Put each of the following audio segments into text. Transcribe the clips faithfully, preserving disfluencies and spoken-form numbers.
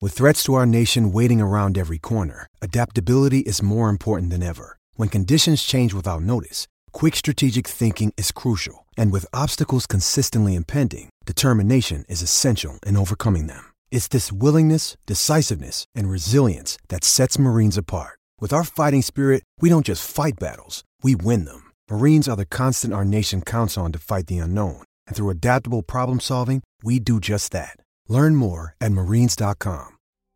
With threats to our nation waiting around every corner, adaptability is more important than ever. When conditions change without notice, quick strategic thinking is crucial. And with obstacles consistently impending, determination is essential in overcoming them. It's this willingness, decisiveness, and resilience that sets Marines apart. With our fighting spirit, we don't just fight battles, we win them. Marines are the constant our nation counts on to fight the unknown. And through adaptable problem solving, we do just that. Learn more at marines dot com.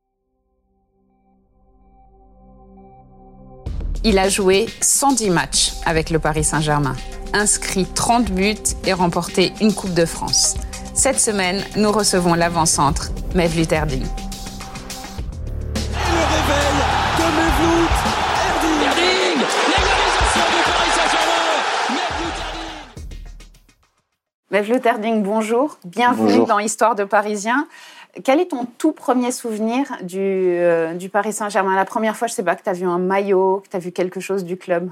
Il a joué cent dix matchs avec le Paris Saint-Germain, inscrit trente buts et remporté une Coupe de France. Cette semaine, nous recevons l'avant-centre, Mevlut Erding. Et le réveil de Mevlut Erding. Erding, l'égalisation du Paris Saint-Germain. Mevlut Erding. Mevlut Erding, bonjour. Bienvenue bonjour. dans Histoire de Parisien. Quel est ton tout premier souvenir du, euh, du Paris Saint-Germain? La première fois, je ne sais pas, que tu as vu un maillot, que tu as vu quelque chose du club?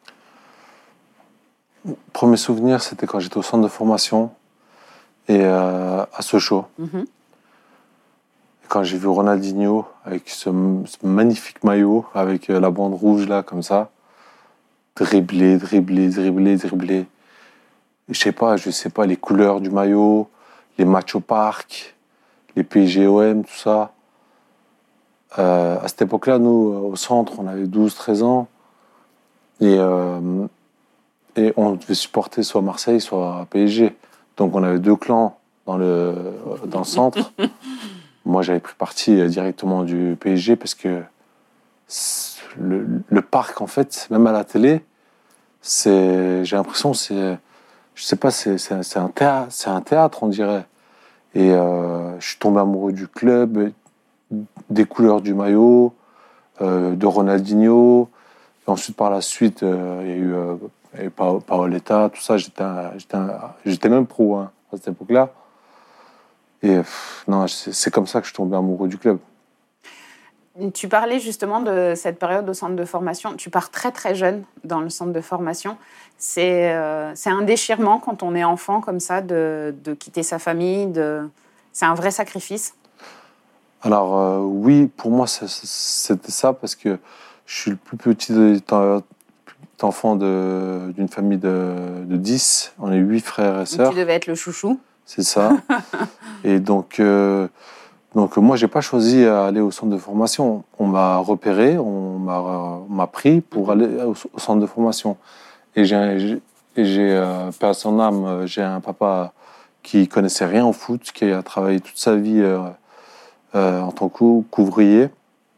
Premier souvenir, c'était quand j'étais au centre de formation et euh, à Sochaux. Mm-hmm. Quand j'ai vu Ronaldinho avec ce, ce magnifique maillot, avec la bande rouge là, comme ça, dribbler, dribbler, dribbler, dribbler. Je sais pas, je sais pas, les couleurs du maillot, les matchs au parc, les P S G O M, tout ça. Euh, à cette époque-là, nous, au centre, on avait douze treize ans. Et, euh, et on devait supporter soit Marseille, soit P S G. Donc on avait deux clans dans le, dans le centre. Moi, j'avais pris parti directement du P S G parce que le, le parc, en fait, même à la télé, c'est, j'ai l'impression que c'est, je sais pas, c'est, c'est, c'est, un théâtre, c'est un théâtre, on dirait. Et euh, je suis tombé amoureux du club, des couleurs du maillot, euh, de Ronaldinho. Et ensuite, par la suite, euh, il y a eu, euh, il y a eu pa- Paoletta, tout ça. J'étais, un, j'étais, un, j'étais même pro hein, à cette époque-là. Et pff, non, c'est, c'est comme ça que je suis tombé amoureux du club. Tu parlais justement de cette période au centre de formation. Tu pars très très jeune dans le centre de formation. C'est, euh, c'est un déchirement quand on est enfant comme ça de, de quitter sa famille. De... C'est un vrai sacrifice. Alors euh, oui, pour moi c'est, c'était ça parce que je suis le plus petit enfant de, d'une famille de, de dix. On est huit frères et sœurs. Tu devais être le chouchou. C'est ça. Et donc... Euh, Donc moi, j'ai pas choisi à aller au centre de formation. On m'a repéré, on m'a, on m'a pris pour aller au, au centre de formation. Et j'ai, j'ai, et j'ai euh, paix à son âme, j'ai un papa qui connaissait rien au foot, qui a travaillé toute sa vie euh, euh, en tant que qu'ouvrier.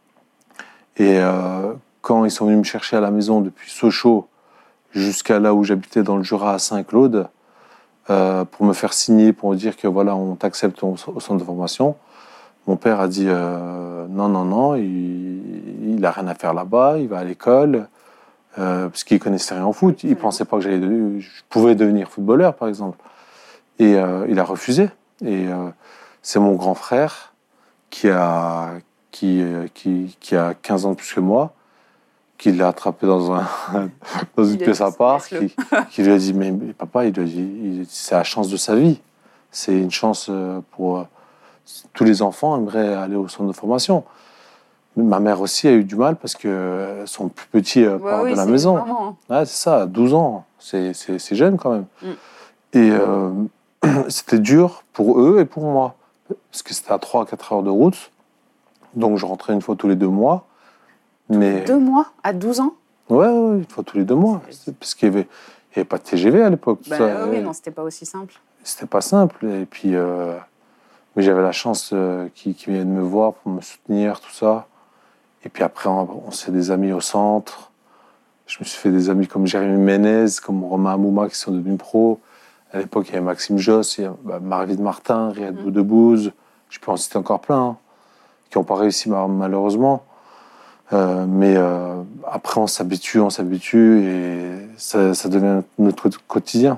Et euh, quand ils sont venus me chercher à la maison depuis Sochaux jusqu'à là où j'habitais dans le Jura à Saint-Claude, euh, pour me faire signer, pour me dire que voilà, on t'accepte au, au centre de formation. Mon père a dit euh, non, non, non, il n'a rien à faire là-bas, il va à l'école, euh, parce qu'il ne connaissait rien au foot. Il ne pensait pas que j'allais de... je pouvais devenir footballeur, par exemple. Et euh, il a refusé. Et euh, c'est mon grand frère qui a, qui, qui, qui a quinze ans de plus que moi, qui l'a attrapé dans, un, dans une pièce à part, qui, qui lui a dit mais, mais papa, il lui a dit, c'est la chance de sa vie. C'est une chance pour... Tous les enfants aimeraient aller au centre de formation. Ma mère aussi a eu du mal parce que son plus petit euh, part ouais, de oui, la maison. Ouais, c'est ça, douze ans. C'est, c'est, c'est jeune quand même. Mm. Et euh, c'était dur pour eux et pour moi. Parce que c'était à trois à quatre heures de route. Donc je rentrais une fois tous les deux mois. Mais... Deux mois à douze ans? Ouais, ouais, une fois tous les deux mois. C'est parce qu'il n'y avait, avait pas de T G V à l'époque. Bah, ça, oui, et... non, c'était pas aussi simple. C'était pas simple. Et puis... Euh... Mais j'avais la chance euh, qu'ils, qu'ils viennent me voir pour me soutenir, tout ça. Et puis après, on, on s'est fait des amis au centre. Je me suis fait des amis comme Jérémy Ménez, comme Romain Amouma, qui sont devenus pros. À l'époque, il y avait Maxime Josse, il y avait, bah, Marvin Martin, Riyad mmh. Boudebouz. Je peux en citer encore plein, hein, qui n'ont pas réussi malheureusement. Euh, mais euh, après, on s'habitue, on s'habitue, et ça, ça devient notre quotidien.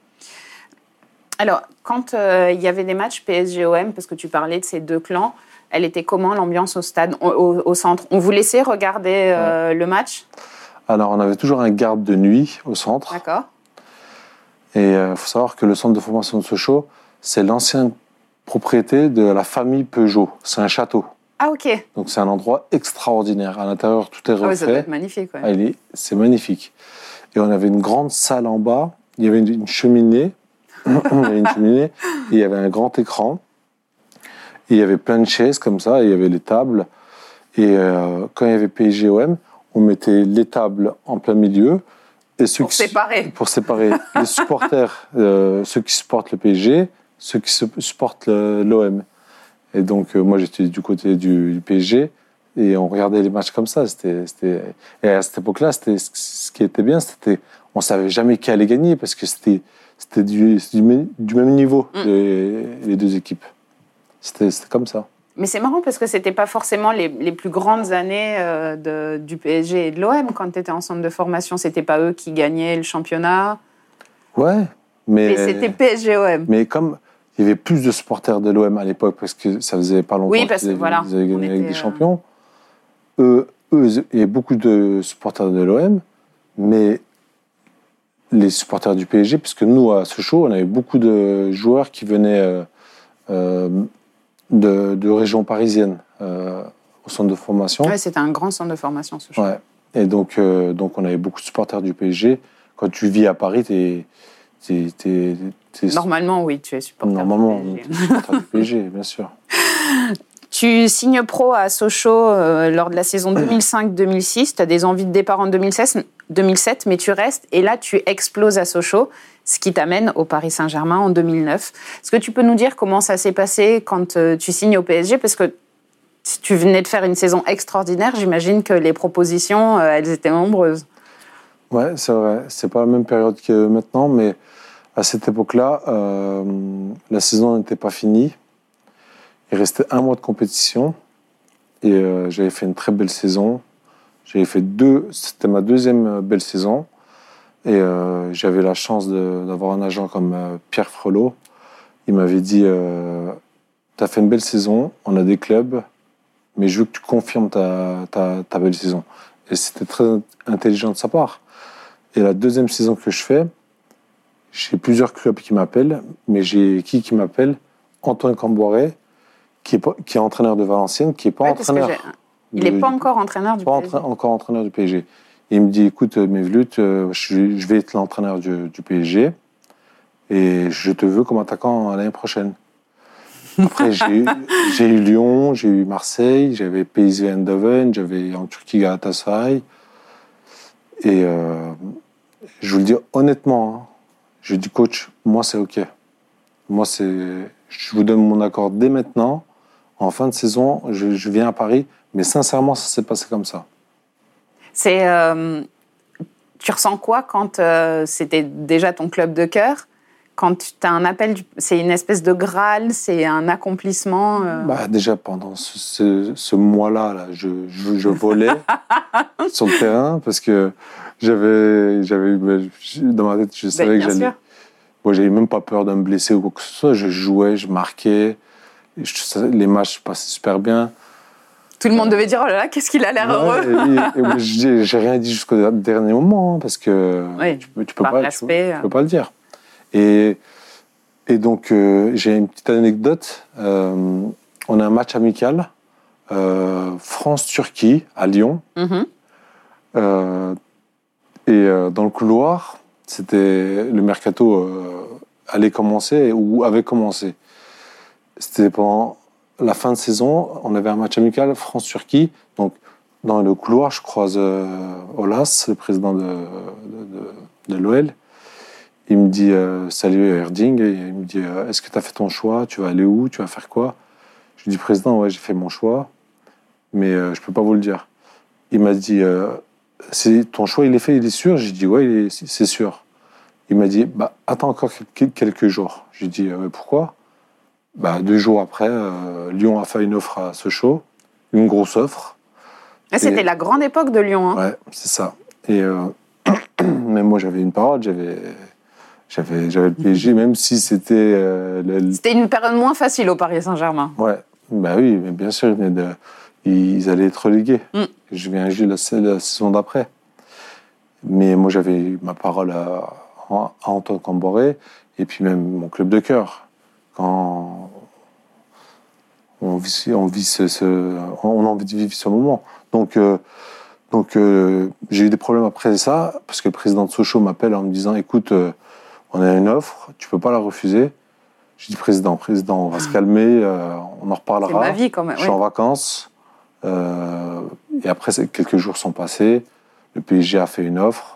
Alors, quand euh, il y avait des matchs P S G O M, parce que tu parlais de ces deux clans, elle était comment l'ambiance au stade, au, au, au centre? On vous laissait regarder euh, ouais. le match? Alors, on avait toujours un garde de nuit au centre. D'accord. Et il euh, faut savoir que le centre de formation de Sochaux, c'est l'ancienne propriété de la famille Peugeot. C'est un château. Ah, ok. Donc, c'est un endroit extraordinaire. À l'intérieur, tout est refait. Ah oui, ça doit être magnifique. Ouais. Ah, il est, c'est magnifique. Et on avait une grande salle en bas. Il y avait une, une cheminée. il y avait une cheminée. Et il y avait un grand écran. Et il y avait plein de chaises comme ça. Et il y avait les tables. Et euh, quand il y avait P S G O M, on mettait les tables en plein milieu. Et ceux pour qui, séparer. Pour séparer les supporters, euh, ceux qui supportent le P S G, ceux qui supportent l'O M. Et donc, euh, moi, j'étais du côté du, du P S G. Et on regardait les matchs comme ça. C'était, c'était... Et à cette époque-là, c'était... ce qui était bien, c'était on ne savait jamais qui allait gagner parce que c'était, c'était du, du, du même niveau, mm. les, les deux équipes. C'était, c'était comme ça. Mais c'est marrant parce que ce n'était pas forcément les, les plus grandes années euh, de, du P S G et de l'O M quand tu étais en centre de formation. Ce n'était pas eux qui gagnaient le championnat. Ouais, mais... Mais c'était P S G O M. Mais comme il y avait plus de supporters de l'O M à l'époque parce que ça faisait pas longtemps oui, parce qu'ils que, voilà, avaient gagné avec était, des champions, eux, eux, il y avait beaucoup de supporters de l'O M, mais les supporters du P S G, puisque nous, à Sochaux, on avait beaucoup de joueurs qui venaient euh, euh, de, de régions parisiennes euh, au centre de formation. Oui, c'était un grand centre de formation, Sochaux. Ouais. Et donc, euh, donc, on avait beaucoup de supporters du P S G. Quand tu vis à Paris, t'es... t'es, t'es, t'es... Normalement, oui, tu es supporter Normalement, du P S G. tu es supporter du P S G, bien sûr. Tu signes pro à Sochaux euh, lors de la saison deux mille cinq deux mille six. Tu as des envies de départ en deux mille sept, mais tu restes. Et là, tu exploses à Sochaux, ce qui t'amène au Paris Saint-Germain en deux mille neuf. Est-ce que tu peux nous dire comment ça s'est passé quand euh, tu signes au P S G ? Parce que tu venais de faire une saison extraordinaire. J'imagine que les propositions, euh, elles étaient nombreuses. Ouais, c'est vrai. C'est pas la même période que maintenant, mais à cette époque-là, euh, la saison n'était pas finie. Il restait un mois de compétition et euh, j'avais fait une très belle saison. J'avais fait deux, c'était ma deuxième belle saison et euh, j'avais la chance de, d'avoir un agent comme euh, Pierre Frelot. Il m'avait dit euh, t'as fait une belle saison, on a des clubs, mais je veux que tu confirmes ta, ta, ta belle saison. Et c'était très intelligent de sa part. Et la deuxième saison que je fais, j'ai plusieurs clubs qui m'appellent, mais j'ai qui qui m'appelle Antoine Camboiré, qui est, pas, qui est entraîneur de Valenciennes, qui n'est pas ouais, entraîneur. Il n'est pas encore entraîneur du pas P S G. Pas encore entraîneur du P S G. Et il me dit, écoute, Mevlut, euh, je, je vais être l'entraîneur du, du P S G et je te veux comme attaquant l'année prochaine. Après, j'ai, eu, j'ai eu Lyon, j'ai eu Marseille, j'avais P S V Eindhoven, j'avais en Turquie Galatasaray. Et euh, je vous le dis honnêtement, hein, je dis, coach, moi c'est OK. Moi, c'est, je vous donne mon accord dès maintenant. En fin de saison, je, je viens à Paris, mais sincèrement, ça s'est passé comme ça. C'est, euh, tu ressens quoi quand euh, c'était déjà ton club de cœur ? Quand tu as un appel, c'est une espèce de Graal, c'est un accomplissement euh... bah, déjà, pendant ce, ce, ce mois-là, là, je, je, je volais sur le terrain parce que j'avais, j'avais, dans ma tête, je savais bah, que j'allais... Moi, j'avais même pas peur de me blesser ou quoi que ce soit. Je jouais, je marquais. Je, les matchs passaient super bien. Tout le monde devait dire, oh là là, qu'est-ce qu'il a l'air ouais, heureux. Et, et moi, j'ai, j'ai rien dit jusqu'au dernier moment, hein, parce que oui, tu, tu, peux pas, respect, tu, tu peux pas le dire. Et, et donc, euh, j'ai une petite anecdote. Euh, on a un match amical, euh, France-Turquie, à Lyon. Mm-hmm. Euh, et euh, dans le couloir, c'était le mercato euh, allait commencer ou avait commencé. C'était pendant la fin de saison, on avait un match amical France-Turquie. Donc, dans le couloir, je croise euh, Olas, le président de, de, de, de l'O L. Il me dit euh, salut Erding. Et il me dit euh, est-ce que tu as fait ton choix ? Tu vas aller où ? Tu vas faire quoi ? Je lui dis président, ouais, j'ai fait mon choix, mais euh, je peux pas vous le dire. Il m'a dit euh, c'est, ton choix, il est fait, il est sûr ? J'ai dit ouais, il est, c'est sûr. Il m'a dit bah, attends encore quelques jours. J'ai dit euh, pourquoi ? Bah, deux jours après, euh, Lyon a fait une offre à Sochaux, une grosse offre. Et c'était et... la grande époque de Lyon. Hein. Ouais, c'est ça. Et euh, même moi, j'avais une parole, j'avais, j'avais, j'avais le P S G, même si c'était... Euh, le... C'était une période moins facile au Paris Saint-Germain. Ouais, bah oui, mais bien sûr, mais de, ils allaient être relégués. Mm. Je viens juste la, la saison d'après. Mais moi, j'avais ma parole à, à Antoine Camboiré, et puis même mon club de cœur. Quand on vit, on vit ce, ce, on a envie de vivre ce moment. Donc, euh, donc euh, j'ai eu des problèmes après ça, parce que le président de Sochaux m'appelle en me disant, écoute, euh, on a une offre, tu peux pas la refuser. Je dis, président, président, on va se calmer, euh, on en reparlera. C'est ma vie quand même. Je suis oui. en vacances. Euh, et après, quelques jours sont passés. Le P S G a fait une offre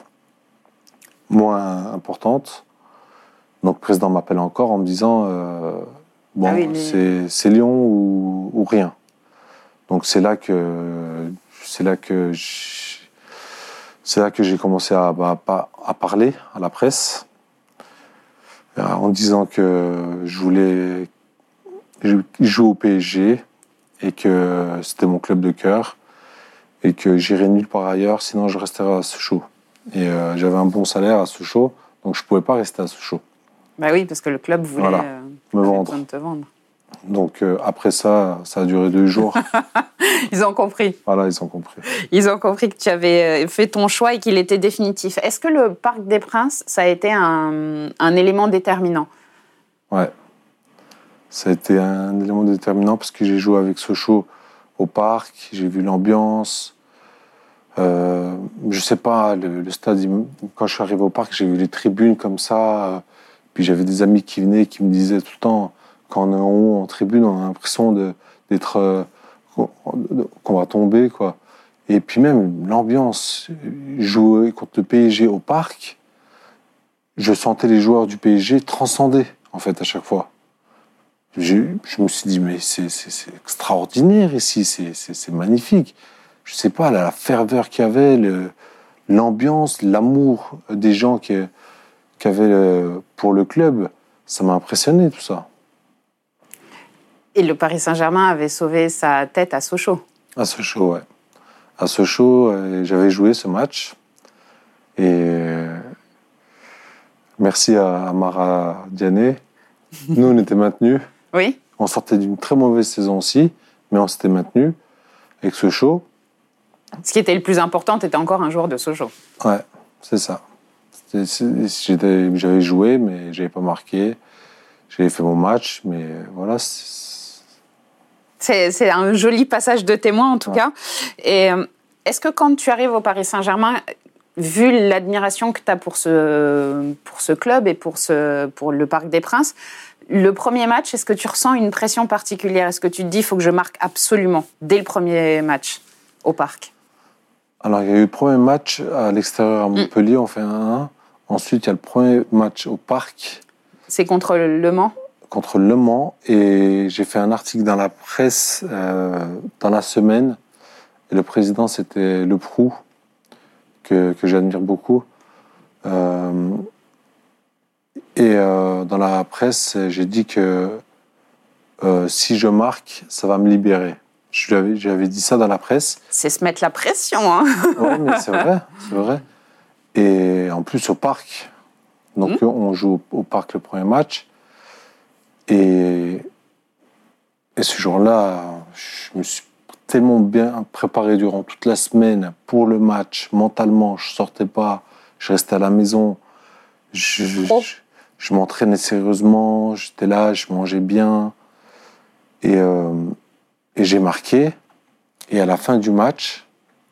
moins importante. Donc, le président m'appelle encore en me disant euh, bon, ah oui, les... c'est, c'est Lyon ou, ou rien. Donc, c'est là que, c'est là que, je, c'est là que j'ai commencé à, à, à parler à la presse en disant que je voulais jouer au P S G et que c'était mon club de cœur et que j'irais nulle part ailleurs, sinon je resterais à Sochaux. Et euh, j'avais un bon salaire à Sochaux, donc je ne pouvais pas rester à Sochaux. Bah oui, parce que le club voulait voilà, euh, me vendre. te vendre. Donc euh, après ça, ça a duré deux jours. Ils ont compris. Voilà, ils ont compris. Ils ont compris que tu avais fait ton choix et qu'il était définitif. Est-ce que le Parc des Princes, ça a été un, un élément déterminant ? Ouais. Ça a été un élément déterminant parce que j'ai joué avec Sochaux au parc, j'ai vu l'ambiance. Euh, je sais pas, le, le stade, quand je suis arrivé au parc, j'ai vu les tribunes comme ça. Puis j'avais des amis qui venaient, qui me disaient tout le temps, quand on est en haut en tribune, on a l'impression de, d'être, euh, qu'on va tomber, quoi. Et puis même l'ambiance, jouer contre le P S G au parc, je sentais les joueurs du P S G transcender, en fait, à chaque fois. Je, je me suis dit, mais c'est, c'est, c'est extraordinaire ici, c'est, c'est, c'est magnifique. Je sais pas, la, la ferveur qu'il y avait, le, l'ambiance, l'amour des gens qui, qui avaient le, pour le club, ça m'a impressionné, tout ça. Et le Paris Saint-Germain avait sauvé sa tête à Sochaux. À Sochaux, ouais. À Sochaux, euh, j'avais joué ce match. Et euh, merci à Amara Diané. Nous, on était maintenus. Oui. On sortait d'une très mauvaise saison aussi, mais on s'était maintenus avec Sochaux. Ce qui était le plus important, tu étais encore un joueur de Sochaux. Ouais, c'est ça. C'était, c'est, j'étais, j'avais joué, mais je n'avais pas marqué. J'avais fait mon match, mais voilà. C'est, c'est, c'est un joli passage de témoin, en tout ouais. cas. Et est-ce que quand tu arrives au Paris Saint-Germain, vu l'admiration que tu as pour ce, pour ce club et pour, ce, pour le Parc des Princes, le premier match, est-ce que tu ressens une pression particulière ? Est-ce que tu te dis, il faut que je marque absolument, dès le premier match, au Parc ? Alors, il y a eu le premier match à l'extérieur à Montpellier, mmh. on fait un à un. Ensuite, il y a le premier match au Parc. C'est contre Le Mans ? Contre Le Mans. Et j'ai fait un article dans la presse euh, dans la semaine. Et le président, c'était Le Proux, que, que j'admire beaucoup. Euh, et euh, dans la presse, j'ai dit que euh, si je marque, ça va me libérer. Je lui avais, j'avais dit ça dans la presse. C'est se mettre la pression, hein. Oui, mais c'est vrai, c'est vrai. Et en plus, au Parc. Donc, mmh. on joue au, au Parc le premier match. Et, et ce jour-là, je me suis tellement bien préparé durant toute la semaine pour le match. Mentalement, je ne sortais pas. Je restais à la maison. Je, oh. je, je m'entraînais sérieusement. J'étais là, je mangeais bien. Et... Euh, Et j'ai marqué, et à la fin du match,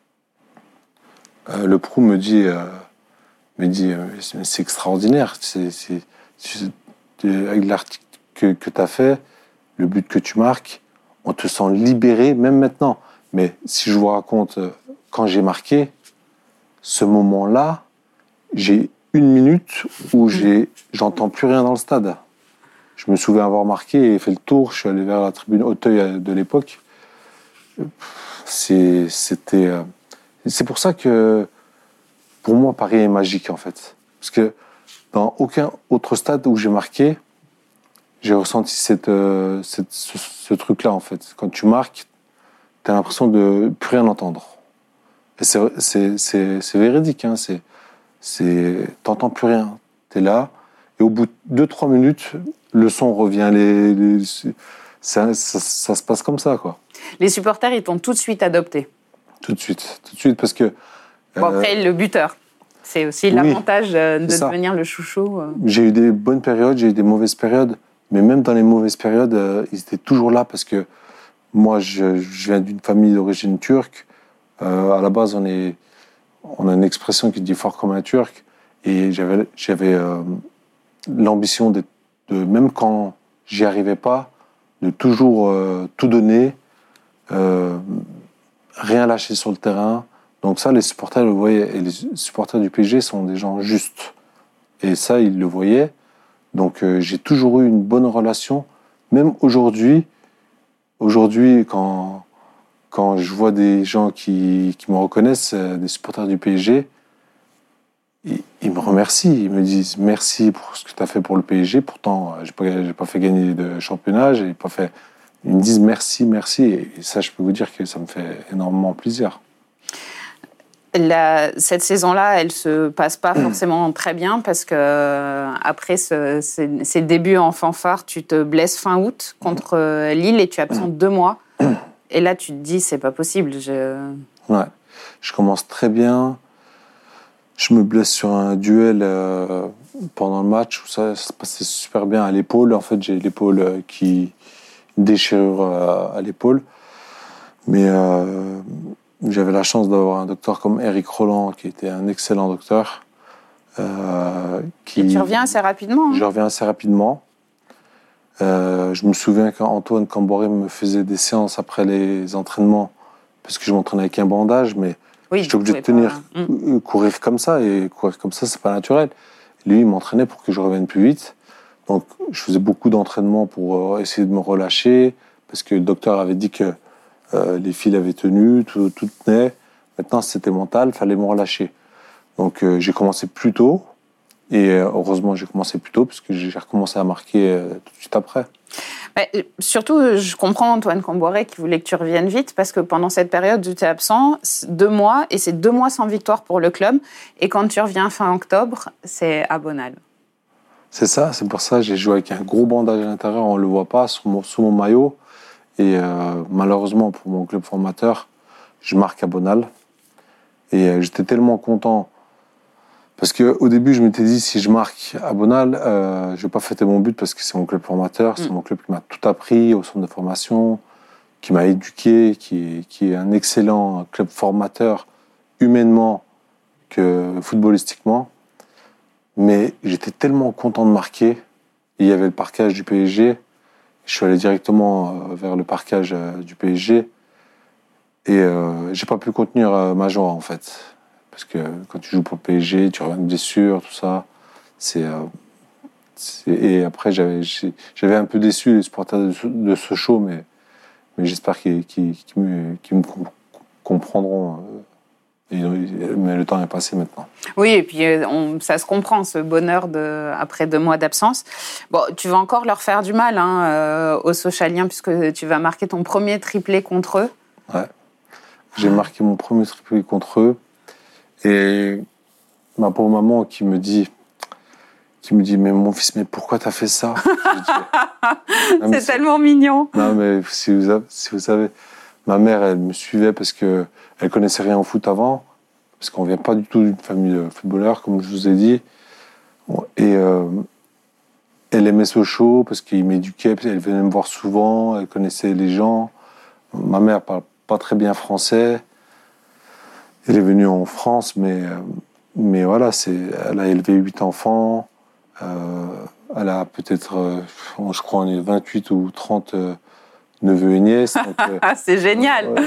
euh, le Proux me dit, euh, me dit euh, c'est, c'est extraordinaire, c'est, c'est, c'est, avec l'article que, que tu as fait, le but que tu marques, on te sent libéré, même maintenant. Mais si je vous raconte, quand j'ai marqué, ce moment-là, j'ai une minute où j'ai, j'entends plus rien dans le stade. Je me souviens avoir marqué et fait le tour. Je suis allé vers la tribune Auteuil de l'époque. C'est, c'était, c'est pour ça que, pour moi, Paris est magique, en fait. Parce que dans aucun autre stade où j'ai marqué, j'ai ressenti cette, cette, ce, ce truc-là, en fait. Quand tu marques, tu as l'impression de plus rien entendre. Et c'est, c'est, c'est, c'est véridique, hein. C'est, c'est, t'entends plus rien. Tu es là, et au bout de deux trois minutes, le son revient. Les, les, ça, ça, ça se passe comme ça, quoi. Les supporters, ils t'ont tout de suite adopté. Tout de suite, tout de suite, parce que... Bon, après, euh, le buteur. C'est aussi oui, l'avantage de devenir le chouchou. J'ai eu des bonnes périodes, j'ai eu des mauvaises périodes, mais même dans les mauvaises périodes, euh, ils étaient toujours là, parce que moi, je, je viens d'une famille d'origine turque. Euh, à la base, on, est, on a une expression qui dit fort comme un turc. Et j'avais, j'avais euh, l'ambition de, de, même quand j'y arrivais pas, de toujours euh, tout donner, euh, rien lâcher sur le terrain. Donc ça, les supporters le voyaient. Et les supporters du P S G sont des gens justes. Et ça, ils le voyaient. Donc euh, j'ai toujours eu une bonne relation. Même aujourd'hui, aujourd'hui quand, quand je vois des gens qui, qui me reconnaissent, euh, des supporters du P S G, ils, ils me remercient. Ils me disent merci pour ce que tu as fait pour le P S G. Pourtant, je n'ai pas, j'ai pas fait gagner de championnat. J'ai pas fait... Ils me disent merci, merci. Et ça, je peux vous dire que ça me fait énormément plaisir. La, cette saison-là, elle se passe pas forcément très bien parce que euh, après ce, ces, ces débuts en fanfare, tu te blesses fin août contre euh, Lille et tu absentes deux mois. Et là, tu te dis, c'est pas possible. Je... Ouais, je commence très bien. Je me blesse sur un duel euh, pendant le match où ça, ça se passait super bien à l'épaule. En fait, j'ai l'épaule euh, qui une déchirure euh, à l'épaule, mais euh, j'avais la chance d'avoir un docteur comme Eric Roland, qui était un excellent docteur. Euh, qui... Et tu reviens assez rapidement. Hein. Je reviens assez rapidement. Euh, je me souviens qu'Antoine Camboré me faisait des séances après les entraînements, parce que je m'entraînais avec un bandage, mais oui, j'étais obligé de tenir, pas... mmh. courir comme ça, et courir comme ça, c'est pas naturel. Lui, il m'entraînait pour que je revienne plus vite. Donc, je faisais beaucoup d'entraînements pour essayer de me relâcher, parce que le docteur avait dit que Euh, les fils avaient tenu, tout, tout tenait. Maintenant, c'était mental, il fallait me relâcher. Donc, euh, j'ai commencé plus tôt. Et euh, heureusement, j'ai commencé plus tôt, parce que j'ai recommencé à marquer euh, tout de suite après. Mais, surtout, je comprends Antoine Camboré qui voulait que tu reviennes vite, parce que pendant cette période où tu es absent, deux mois, et c'est deux mois sans victoire pour le club. Et quand tu reviens fin octobre, c'est à Bonal. C'est ça, c'est pour ça que j'ai joué avec un gros bandage à l'intérieur, on ne le voit pas, sous mon, sous mon maillot. Et euh, malheureusement pour mon club formateur, je marque à Bonal. Et euh, j'étais tellement content. Parce qu'au début, je m'étais dit, si je marque à Bonal, euh, je ne vais pas fêter mon but parce que c'est mon club formateur. C'est mmh. mon club qui m'a tout appris au centre de formation, qui m'a éduqué, qui, qui est un excellent club formateur humainement que footballistiquement. Mais j'étais tellement content de marquer. Et il y avait le parquage du P S G. Je suis allé directement vers le parquage du P S G et euh, j'ai pas pu contenir ma joie en fait, parce que quand tu joues pour le P S G, tu reviens de blessure, tout ça. C'est, euh, c'est... et après j'avais j'avais un peu déçu les supporters de, de Sochaux, mais mais j'espère qu'ils, qu'ils, qu'ils, me, qu'ils me comprendront. Mais le temps est passé maintenant. Oui, et puis on, ça se comprend, ce bonheur de, après deux mois d'absence. Bon, tu vas encore leur faire du mal hein, euh, aux Sochaliens, puisque tu vas marquer ton premier triplé contre eux. Ouais, j'ai marqué mon premier triplé contre eux. Et ma pauvre maman qui me dit, qui me dit, mais mon fils, mais pourquoi t'as fait ça? dis, C'est tellement mignon. Non, mais si vous, avez, si vous savez, ma mère, elle me suivait parce que elle connaissait rien au foot avant, parce qu'on vient pas du tout d'une famille de footballeurs, comme je vous ai dit. Et euh, elle aimait Sochaux parce qu'il m'éduquait, elle venait me voir souvent, elle connaissait les gens. Ma mère parle pas très bien français. Elle est venue en France, mais, mais voilà, c'est, elle a élevé huit enfants. Euh, elle a peut-être, euh, je crois, on est vingt-huit ou trente euh, neveux et nièces. Donc, euh, c'est génial. Euh,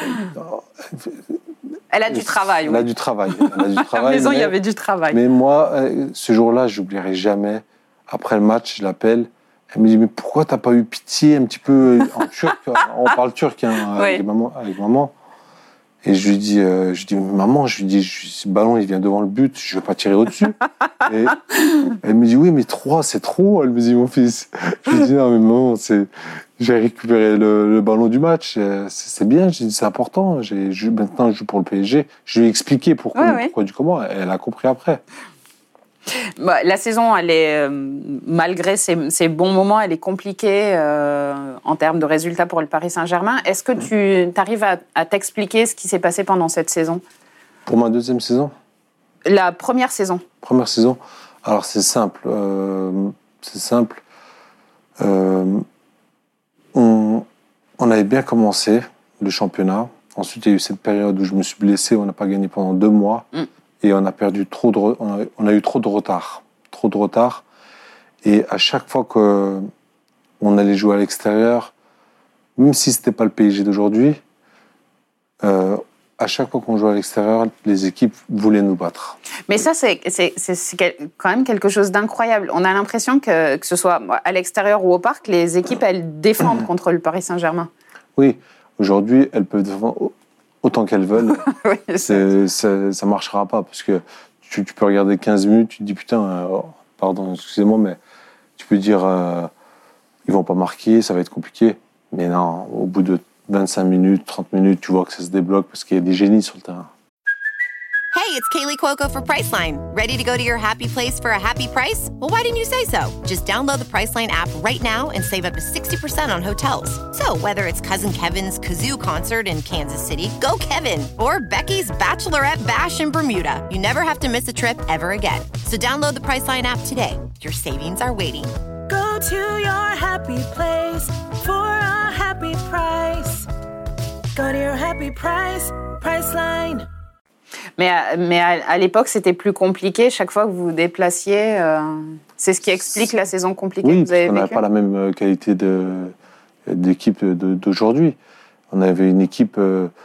elle a du travail. Elle oui. a du travail. Elle a du travail. À la maison, mais, il y avait du travail. Mais moi, ce jour-là, je n'oublierai jamais. Après le match, je l'appelle. Elle me dit, mais pourquoi tu n'as pas eu pitié un petit peu en turc? On parle turc hein, oui. avec, maman, avec maman. Et je lui dis, euh, je dis maman, je lui dis, ce ballon, il vient devant le but, je ne vais pas tirer au-dessus. Et elle me dit, oui, mais trois, c'est trop. Elle me dit, mon fils. Je lui dis, non, mais maman, c'est... j'ai récupéré le, le ballon du match. C'est, c'est bien, j'ai dit, c'est important. J'ai, je, maintenant, je joue pour le P S G. Je lui ai expliqué pourquoi, ouais, pourquoi ouais. du comment. Elle a compris après. Bah, la saison, elle est, euh, malgré ses, ses bons moments, elle est compliquée euh, en termes de résultats pour le Paris Saint-Germain. Est-ce que tu arrives à, à t'expliquer ce qui s'est passé pendant cette saison? Pour ma deuxième saison? La première saison. Première saison. Alors, c'est simple. Euh, c'est simple. Euh, on, on avait bien commencé le championnat. Ensuite, il y a eu cette période où je me suis blessé, on n'a pas gagné pendant deux mois. Mm. Et on a perdu trop de, on a, on a eu trop de retard. Trop de retard. Et à chaque fois qu'on allait jouer à l'extérieur, même si ce n'était pas le P S G d'aujourd'hui, euh, à chaque fois qu'on jouait à l'extérieur, les équipes voulaient nous battre. Mais ça, c'est, c'est, c'est, c'est quand même quelque chose d'incroyable. On a l'impression que, que ce soit à l'extérieur ou au parc, les équipes, elles défendent contre le Paris Saint-Germain. Oui, aujourd'hui, elles peuvent défendre autant qu'elles veulent. Oui, c'est, c'est, ça ne marchera pas, parce que tu, tu peux regarder quinze minutes, tu te dis, putain, euh, pardon, excusez-moi, mais tu peux dire, euh, ils ne vont pas marquer, ça va être compliqué. Mais non, au bout de vingt-cinq minutes, trente minutes, tu vois que ça se débloque parce qu'il y a des génies sur le terrain. Hey, it's Kaylee Cuoco for Priceline. Ready to go to your happy place for a happy price? Well, why didn't you say so? Just download the Priceline app right now and save up to sixty percent on hotels. So whether it's Cousin Kevin's Kazoo Concert in Kansas City, go Kevin, or Becky's Bachelorette Bash in Bermuda, you never have to miss a trip ever again. So download the Priceline app today. Your savings are waiting. Go to your happy place for a happy price. Go to your happy price, Priceline. Mais, mais à, à l'époque, c'était plus compliqué. Chaque fois que vous vous déplaciez, euh, c'est ce qui explique la saison compliquée oui, que vous avez vécue. Oui, on n'avait pas la même qualité de, d'équipe de, d'aujourd'hui. On avait une équipe,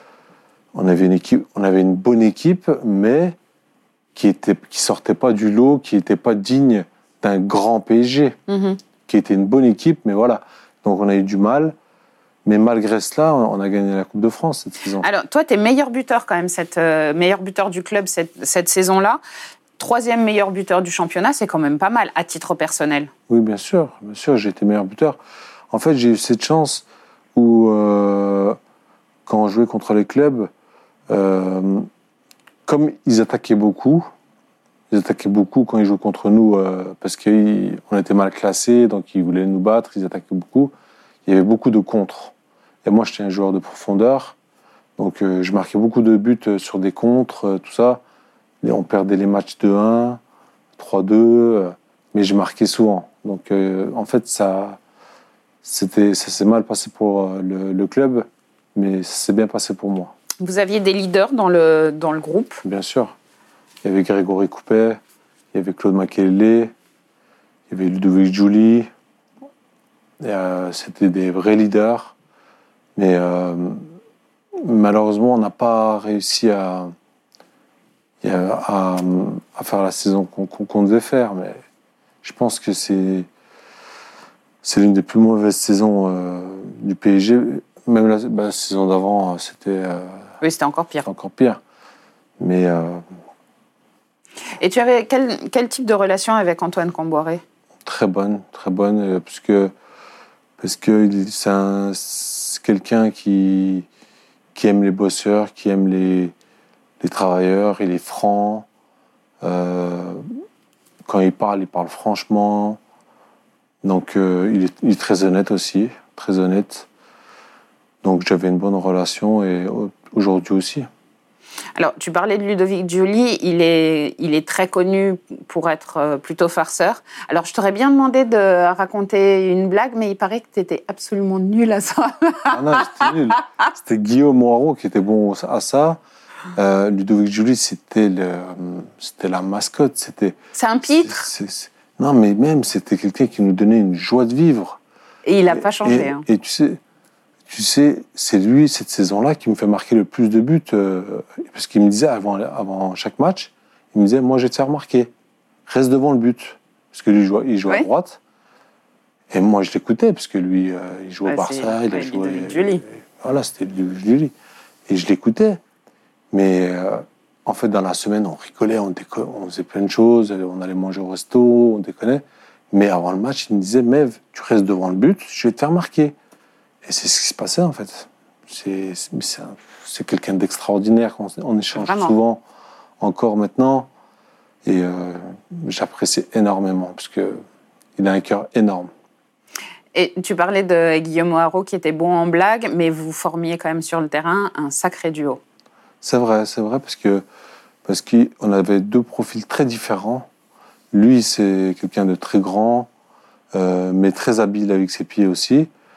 on avait une équipe, on avait une bonne équipe, mais qui était, qui sortait pas du lot, qui n'était pas digne d'un grand P S G, mm-hmm. qui était une bonne équipe, mais voilà. Donc on a eu du mal. Mais malgré cela, on a gagné la Coupe de France cette saison. Alors, toi, tu es meilleur buteur quand même, cette, euh, meilleur buteur du club cette, cette saison-là. Troisième meilleur buteur du championnat, c'est quand même pas mal, à titre personnel. Oui, bien sûr. Bien sûr, j'ai été meilleur buteur. En fait, j'ai eu cette chance où, euh, quand on jouait contre les clubs, euh, comme ils attaquaient beaucoup, ils attaquaient beaucoup quand ils jouaient contre nous, euh, parce qu'on était mal classés, donc ils voulaient nous battre, ils attaquaient beaucoup. Il y avait beaucoup de contres. Et moi, j'étais un joueur de profondeur. Donc, euh, je marquais beaucoup de buts sur des contres, euh, tout ça. Et on perdait les matchs deux un, trois deux, euh, mais je marquais souvent. Donc, euh, en fait, ça, c'était, ça s'est mal passé pour euh, le, le club, mais ça s'est bien passé pour moi. Vous aviez des leaders dans le, dans le groupe ? Bien sûr. Il y avait Grégory Coupet, il y avait Claude Makélélé, il y avait Ludovic Giuly. Euh, c'était des vrais leaders, mais euh, malheureusement, on n'a pas réussi à, à, à faire la saison qu'on, qu'on devait faire. Mais je pense que c'est, c'est l'une des plus mauvaises saisons euh, du P S G. Même la, bah, la saison d'avant, c'était, euh, oui, c'était encore pire. Encore pire. Mais, euh, Et tu avais quel, quel type de relation avec Antoine Kombouaré ? Très bonne, très bonne, parce que Parce que c'est, un, c'est quelqu'un qui, qui aime les bosseurs, qui aime les, les travailleurs, il est franc. Euh, quand il parle, il parle franchement. Donc euh, il, est, il est très honnête aussi, très honnête. Donc j'avais une bonne relation et aujourd'hui aussi. Alors, tu parlais de Ludovic Giuly, il est, il est très connu pour être plutôt farceur. Alors, je t'aurais bien demandé de raconter une blague, mais il paraît que tu étais absolument nul à ça. Ah non, j'étais nul. C'était Guillaume Moirot qui était bon à ça. Euh, Ludovic Giuly, c'était, le, c'était la mascotte. C'était, c'est un pitre c'est, c'est, Non, mais même, c'était quelqu'un qui nous donnait une joie de vivre. Et il n'a pas changé. Et, hein. et tu sais... Tu sais, c'est lui, cette saison-là, qui me fait marquer le plus de buts. Euh, parce qu'il me disait, avant, avant chaque match, il me disait, moi, je vais te faire marquer. Reste devant le but. Parce que lui, il jouait, il jouait oui. à droite. Et moi, je l'écoutais, parce que lui, euh, il jouait ouais, au Barça, il a joué... Giuly. Voilà, c'était du Giuly. Et je l'écoutais. Mais euh, en fait, dans la semaine, on rigolait, on, déco- on faisait plein de choses, on allait manger au resto, on déconnait. Mais avant le match, il me disait, Mev, tu restes devant le but, je vais te faire marquer. Et c'est ce qui se passait, en fait. C'est, c'est, c'est, un, c'est quelqu'un d'extraordinaire qu'on on échange Vraiment. souvent, encore maintenant. Et euh, j'apprécie énormément, parce qu'il a un cœur énorme. Et tu parlais de Guillaume Moirot, qui était bon en blague, mais vous formiez quand même sur le terrain un sacré duo. C'est vrai, c'est vrai, parce que parce qu'on avait deux profils très différents. Lui, c'est quelqu'un de très grand, euh, mais très habile avec ses pieds aussi.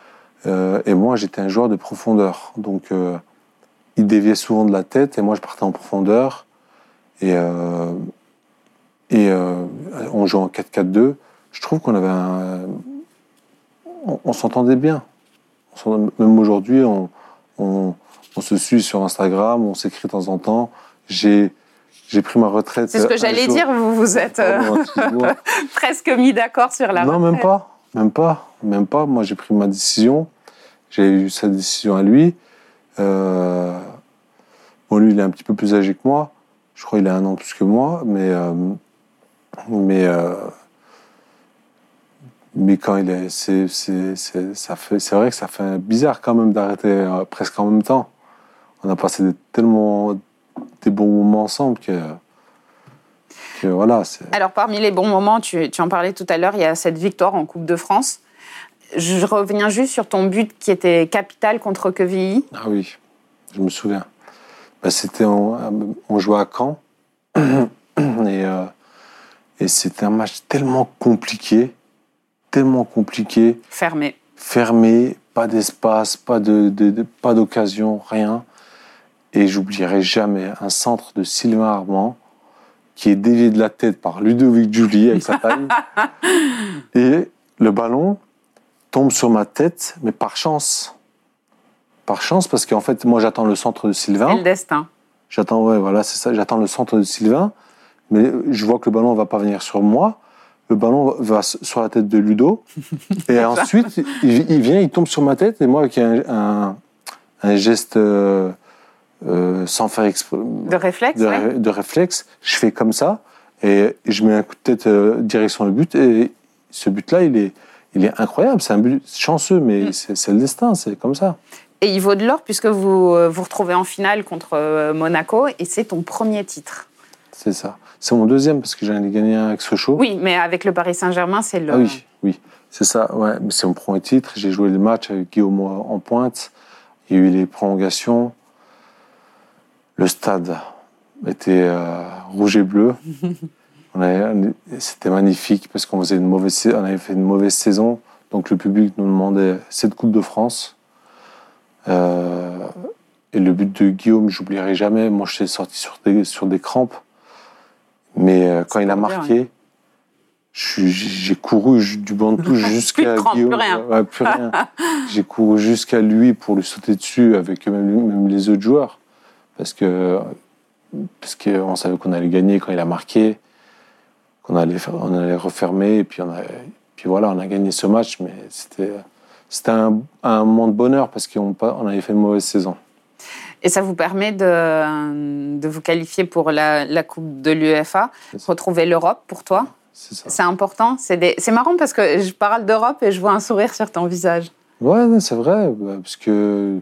Euh, et moi, j'étais un joueur de profondeur. Donc, euh, il déviait souvent de la tête et moi, je partais en profondeur. Et, euh, et euh, on jouait en quatre quatre deux. Je trouve qu'on avait un... On, on s'entendait bien. On s'entendait... Même aujourd'hui, on, on, on se suit sur Instagram, on s'écrit de temps en temps. J'ai, j'ai pris ma retraite. C'est ce que j'allais jour... dire, vous vous êtes euh, Pardon, presque mis d'accord sur la non, retraite. Non, même pas. Même pas. Même pas. Moi, j'ai pris ma décision. J'ai eu sa décision à lui. Euh... Bon, lui, il est un petit peu plus âgé que moi. Je crois qu'il a un an plus que moi. Mais, euh... mais, euh... mais quand il est, c'est, c'est, c'est, ça fait, c'est vrai que ça fait bizarre quand même d'arrêter euh, presque en même temps. On a passé des, tellement des bons moments ensemble que, que voilà. C'est... Alors, parmi les bons moments, tu, tu en parlais tout à l'heure, il y a cette victoire en Coupe de France. Je reviens juste sur ton but qui était capital contre Quevilly. Ah oui, je me souviens. Ben, c'était en, on jouait à Caen et, euh, et c'était un match tellement compliqué, tellement compliqué. Fermé. Fermé, pas d'espace, pas, de, de, de, pas d'occasion, rien. Et j'oublierai jamais un centre de Sylvain Armand qui est dévié de la tête par Ludovic Giuly avec sa taille. Et le ballon tombe sur ma tête, mais par chance. Par chance, parce qu'en fait, moi, j'attends le centre de Sylvain. C'est le destin. J'attends, ouais, voilà, c'est ça. J'attends le centre de Sylvain, mais je vois que le ballon ne va pas venir sur moi. Le ballon va sur la tête de Ludo. Et ensuite, il, il vient, il tombe sur ma tête, et moi, avec un, un, un geste euh, euh, sans faire exprès. De réflexe, de, ouais. de réflexe, je fais comme ça, et je mets un coup de tête euh, direction le but, et ce but-là, il est. Il est incroyable, c'est un but chanceux, mais mmh. c'est, c'est le destin, c'est comme ça. Et il vaut de l'or puisque vous vous retrouvez en finale contre Monaco et c'est ton premier titre. C'est ça. C'est mon deuxième parce que j'en ai gagné un avec Sochaux. Oui, mais avec le Paris Saint-Germain, c'est le... Ah oui, oui, c'est ça, ouais. Mais c'est mon premier titre. J'ai joué le match avec Guillaume en pointe. Il y a eu les prolongations. Le stade était euh, rouge et bleu. On avait, c'était magnifique parce qu'on faisait une mauvaise, on avait fait une mauvaise saison, donc le public nous demandait cette Coupe de France. Euh, et le but de Guillaume, j'oublierai jamais. Moi, je suis sorti sur des, sur des crampes, mais euh, quand il a marqué, bien, ouais. je, j'ai couru du banc de touche jusqu'à plus de crampes, Guillaume. Plus rien. Ouais, plus rien. J'ai couru jusqu'à lui pour lui sauter dessus avec même, même les autres joueurs, parce que parce qu'on savait qu'on allait gagner quand il a marqué. qu'on allait, faire, on allait refermer, et puis, on a, puis voilà, on a gagné ce match, mais c'était, c'était un, un moment de bonheur parce qu'on on avait fait une mauvaise saison. Et ça vous permet de, de vous qualifier pour la, la Coupe de l'UEFA, retrouver l'Europe pour toi. C'est ça. C'est important. C'est, des, c'est marrant parce que je parle d'Europe et je vois un sourire sur ton visage. Ouais, c'est vrai, parce que,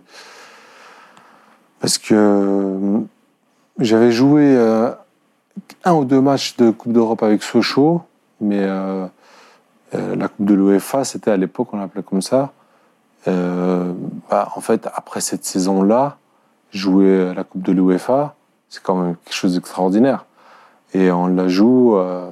parce que j'avais joué... Euh, un ou deux matchs de Coupe d'Europe avec Sochaux, mais euh, euh, la Coupe de l'UEFA, c'était à l'époque, on l'appelait comme ça. Euh, bah, en fait, après cette saison-là, jouer la Coupe de l'UEFA, c'est quand même quelque chose d'extraordinaire. Et on la joue, euh,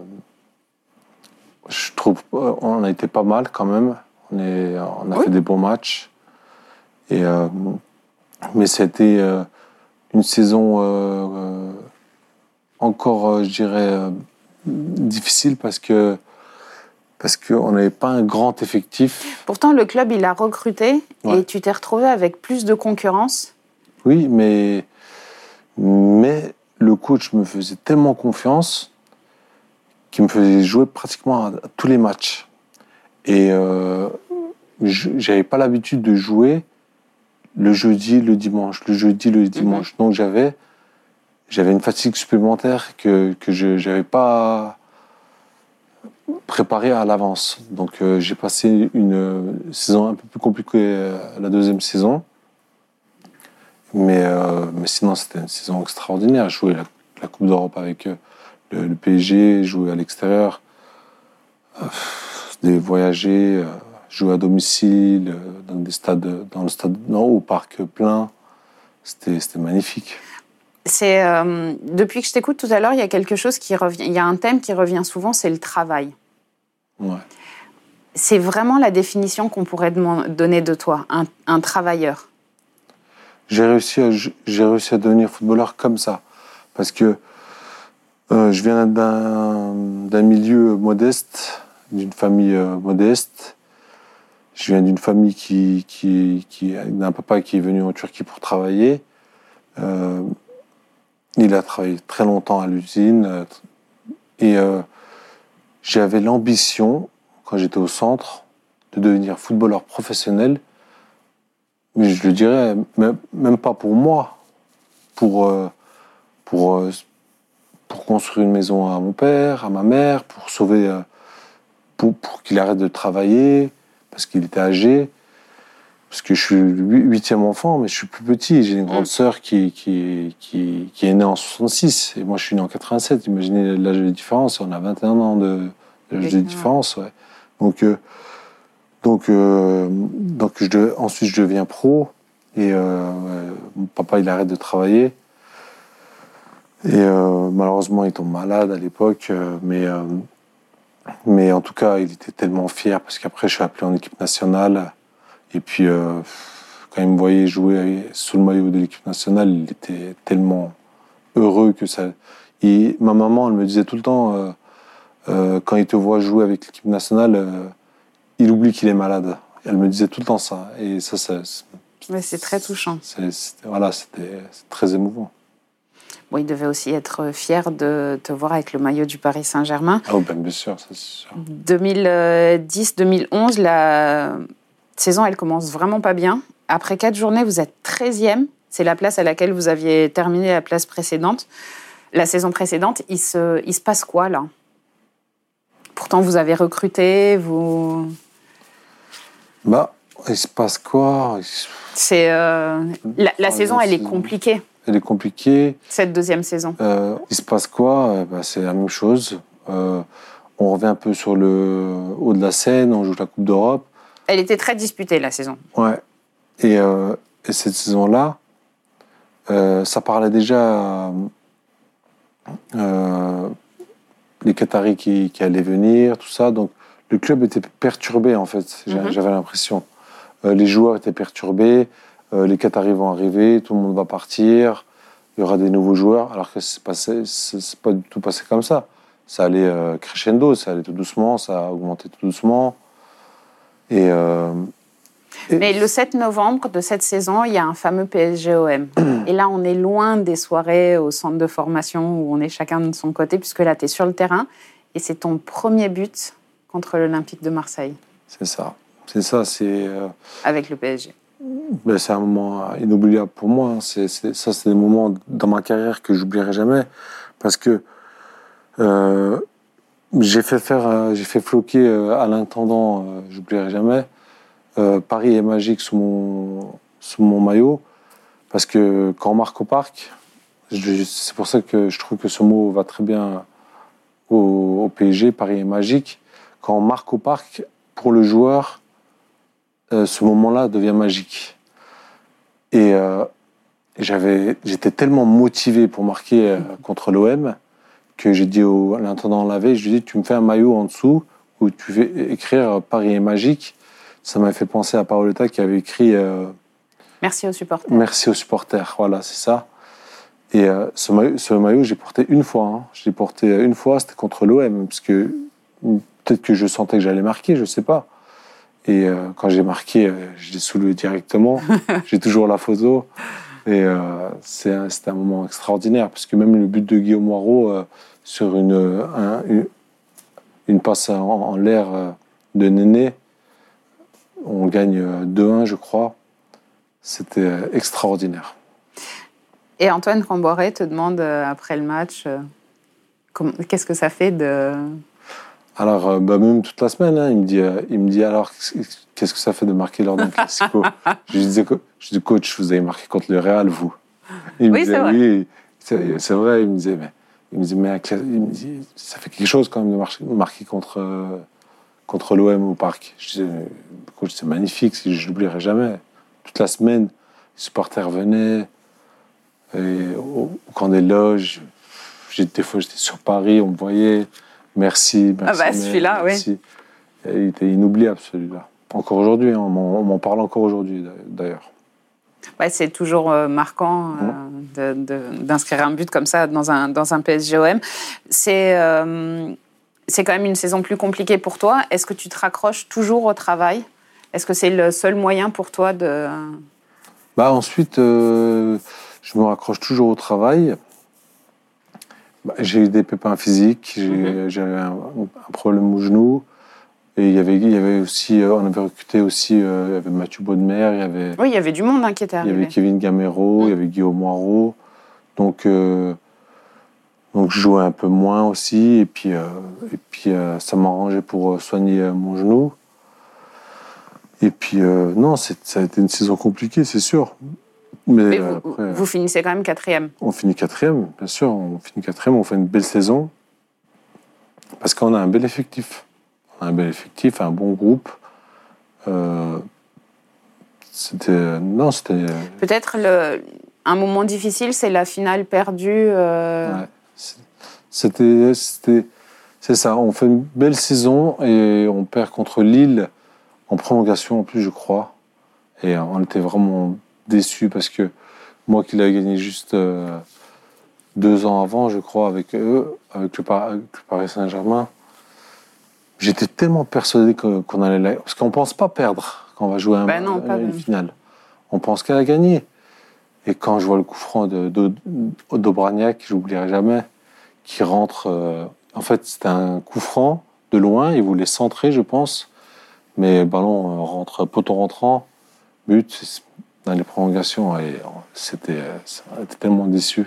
je trouve, on a été pas mal quand même. On, est, on a oui. fait des bons matchs. Et, euh, mais c'était euh, une saison... Euh, encore, je dirais, euh, difficile parce que parce qu'on n'avait pas un grand effectif. Pourtant, le club, il a recruté ouais. et tu t'es retrouvé avec plus de concurrence. Oui, mais, mais le coach me faisait tellement confiance qu'il me faisait jouer pratiquement à, à tous les matchs. Et euh, je n'avais pas l'habitude de jouer le jeudi, le dimanche, le jeudi, le dimanche. Mm-hmm. Donc j'avais... J'avais une fatigue supplémentaire que, que je n'avais pas préparée à l'avance. Donc euh, j'ai passé une saison un peu plus compliquée euh, la deuxième saison. Mais, euh, mais sinon, c'était une saison extraordinaire. Je jouais la, la Coupe d'Europe avec euh, le, le P S G, jouer à l'extérieur, euh, des voyager, euh, jouer à domicile, euh, dans des stades, dans le stade, non, au parc plein. C'était, c'était magnifique. C'est, euh, depuis que je t'écoute tout à l'heure, il y a quelque chose qui revient, il y a un thème qui revient souvent, c'est le travail. Ouais. c'est vraiment la définition qu'on pourrait donner de toi, un, un travailleur. J'ai réussi, à, j'ai réussi à devenir footballeur comme ça. Parce que euh, je viens d'un, d'un milieu modeste, d'une famille euh, modeste. Je viens d'une famille qui, qui, qui, d'un papa qui est venu en Turquie pour travailler. Euh, il a travaillé très longtemps à l'usine. Euh, et euh, j'avais l'ambition, quand j'étais au centre, de devenir footballeur professionnel. Mais je le dirais, même, même pas pour moi. Pour, euh, pour, euh, pour construire une maison à mon père, à ma mère, pour sauver... Euh, pour, pour qu'il arrête de travailler, parce qu'il était âgé. Parce que je suis huitième enfant, mais je suis plus petit. J'ai une grande mmh. sœur qui, qui, qui, qui est née en soixante-six, et moi je suis né en quatre-vingt-sept. Imaginez l'âge de différence, on a vingt et un ans de, de différence. Ouais. Donc, euh, donc, euh, donc je de, ensuite je deviens pro, et euh, mon papa il arrête de travailler. Et euh, malheureusement il tombe malade à l'époque, euh, mais, euh, mais en tout cas il était tellement fier, parce qu'après je suis appelé en équipe nationale. Et puis, euh, quand il me voyait jouer sous le maillot de l'équipe nationale, il était tellement heureux que ça... Et ma maman, elle me disait tout le temps, euh, euh, quand il te voit jouer avec l'équipe nationale, euh, il oublie qu'il est malade. Elle me disait tout le temps ça. Et ça, ça c'est... Mais c'est très touchant. C'est, c'était, voilà, c'était, c'était très émouvant. Bon, il devait aussi être fier de te voir avec le maillot du Paris Saint-Germain. Ah oui, ben, bien sûr, ça, c'est sûr. deux mille dix deux mille onze, la... saison, elle commence vraiment pas bien. Après quatre journées, vous êtes treizième. C'est la place à laquelle vous aviez terminé la place précédente. La saison précédente, il se, il se passe quoi, là ? Pourtant, vous avez recruté, vous... Bah, il se passe quoi ? C'est... Euh... La, la saison, elle est compliquée. Elle est compliquée. Cette deuxième saison. Euh, il se passe quoi ? Bah, c'est la même chose. Euh, on revient un peu sur le haut de la scène, on joue la Coupe d'Europe. Elle était très disputée, la saison. Ouais. Et, euh, et cette saison-là, euh, ça parlait déjà euh, les Qataris qui, qui allaient venir, tout ça. Donc, le club était perturbé, en fait, mm-hmm. j'avais l'impression. Euh, les joueurs étaient perturbés, euh, les Qataris vont arriver, tout le monde va partir, il y aura des nouveaux joueurs, alors que c'est pas, c'est, c'est pas du tout passé comme ça. Ça allait euh, crescendo, ça allait tout doucement, ça a augmenté tout doucement. Et, euh, et... Mais le sept novembre de cette saison, il y a un fameux P S G O M. Et là, on est loin des soirées au centre de formation où on est chacun de son côté, puisque là, tu es sur le terrain. Et c'est ton premier but contre l'Olympique de Marseille. C'est ça. C'est ça. C'est, euh... Avec le P S G. Ben, c'est un moment inoubliable pour moi. C'est, c'est, ça, c'est des moments dans ma carrière que j'oublierai jamais. Parce que euh, j'ai fait faire, euh, j'ai fait floquer euh, à l'intendant, euh, j'oublierai jamais. Euh, Paris est magique sous mon, sous mon maillot. Parce que quand on marque au parc, je, c'est pour ça que je trouve que ce mot va très bien au, au P S G. Paris est magique. Quand on marque au parc, pour le joueur, euh, ce moment-là devient magique. Et euh, j'avais, j'étais tellement motivé pour marquer euh, contre l'O M que j'ai dit au, à l'intendant la veille, je lui ai dit, tu me fais un maillot en dessous où tu fais écrire Paris est magique. Ça m'a fait penser à Paoletta qui avait écrit euh, Merci aux supporters. Merci aux supporters, voilà, c'est ça. Et euh, ce, maillot, ce maillot, j'ai porté une fois. Hein. Je l'ai porté une fois, c'était contre l'O M, parce que peut-être que je sentais que j'allais marquer, je sais pas. Et euh, quand j'ai marqué, euh, je l'ai soulevé directement. J'ai toujours la photo. Et euh, c'est un, c'était un moment extraordinaire, parce que même le but de Guillaume Moirot, euh, sur une, un, une, une passe en, en l'air euh, de Néné, on gagne deux un, je crois. C'était euh, extraordinaire. Et Antoine Camboré te demande, euh, après le match, euh, comment, qu'est-ce que ça fait de... Alors, euh, bah, même toute la semaine, hein, il, me dit, euh, il me dit, alors, qu'est-ce que ça fait de marquer lors d'un classico? Je lui disais, je dis, coach, vous avez marqué contre le Real, vous? Il me oui, disait, c'est vrai. Oui, c'est, c'est vrai. Il me disait, mais, il me disait, mais il me dit, ça fait quelque chose quand même de marquer, marquer contre, euh, contre l'O M au parc. Je disais, coach, c'est magnifique, je ne l'oublierai jamais. Toute la semaine, les supporters venaient, et au, au camp des loges, j'étais, des fois j'étais sur Paris, on me voyait, merci, merci. Ah bah celui-là, merci. Oui. il était inoubliable celui-là. Encore aujourd'hui, hein, on, m'en, on m'en parle encore aujourd'hui d'ailleurs. Ouais, c'est toujours euh, marquant euh, de, de, d'inscrire un but comme ça dans un, dans un P S G O M. C'est, euh, c'est quand même une saison plus compliquée pour toi. Est-ce que tu te raccroches toujours au travail ? Est-ce que c'est le seul moyen pour toi de... Bah, ensuite, euh, je me raccroche toujours au travail. Bah, j'ai eu des pépins physiques, j'ai, mm-hmm. j'avais un, un problème au genou. Et il y avait, il y avait aussi, on avait recruté aussi, euh, il y avait Mathieu Baudemer, il y avait... Oui, il y avait du monde hein, qui était arrivé. Il y avait Kevin Gamero, mmh. il y avait Guillaume Moirot. Donc, euh, donc je jouais un peu moins aussi. Et puis, euh, et puis euh, ça m'arrangeait pour soigner mon genou. Et puis, euh, non, c'est, ça a été une saison compliquée, c'est sûr. Mais, Mais vous, euh, après, vous finissez quand même quatrième. On finit quatrième, bien sûr. On finit quatrième, on fait une belle saison. Parce qu'on a un bel effectif. Un bel effectif, un bon groupe. Euh, c'était... Non, c'était... Peut-être le, un moment difficile, c'est la finale perdue. Euh... Ouais, c'était, c'était... C'est ça, on fait une belle saison et on perd contre Lille en prolongation en plus, je crois. Et on était vraiment déçus parce que moi qui l'avais gagné juste euh, deux ans avant, je crois, avec eux, avec le, Par- avec le Paris Saint-Germain, j'étais tellement persuadé que, qu'on allait la... Parce qu'on ne pense pas perdre quand on va jouer un, ben non, un, une finale. On pense qu'elle a gagné. Et quand je vois le coup franc de, de, de, d'Obraniak, je n'oublierai jamais, qui rentre... Euh, en fait, c'était un coup franc de loin. Il voulait centrer, je pense. Mais le ballon rentre, poteau rentrant, but dans les prolongations. Et c'était, c'était tellement déçu.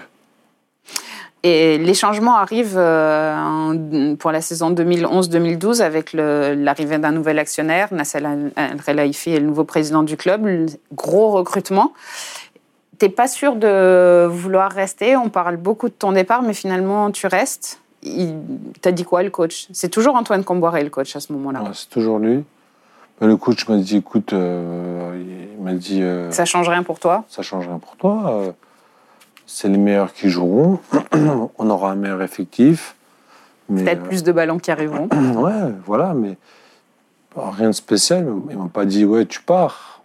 Et les changements arrivent euh, en, pour la saison deux mille onze deux mille douze avec le, l'arrivée d'un nouvel actionnaire, Nasser El-Khelaifi est le nouveau président du club. Gros recrutement. Tu n'es pas sûr de vouloir rester. On parle beaucoup de ton départ, mais finalement, tu restes. Il t'a dit quoi, le coach ? C'est toujours Antoine Comboiré, le coach, à ce moment-là. Ouais, c'est toujours lui. Mais le coach m'a dit, écoute, euh, il m'a dit... Euh, ça change rien pour toi ? Ça change rien pour toi. Euh, c'est les meilleurs qui joueront. On aura un meilleur effectif. Mais, peut-être euh, plus de ballons qui arriveront. Ouais, voilà, mais rien de spécial. Il m'a pas dit, ouais, tu pars.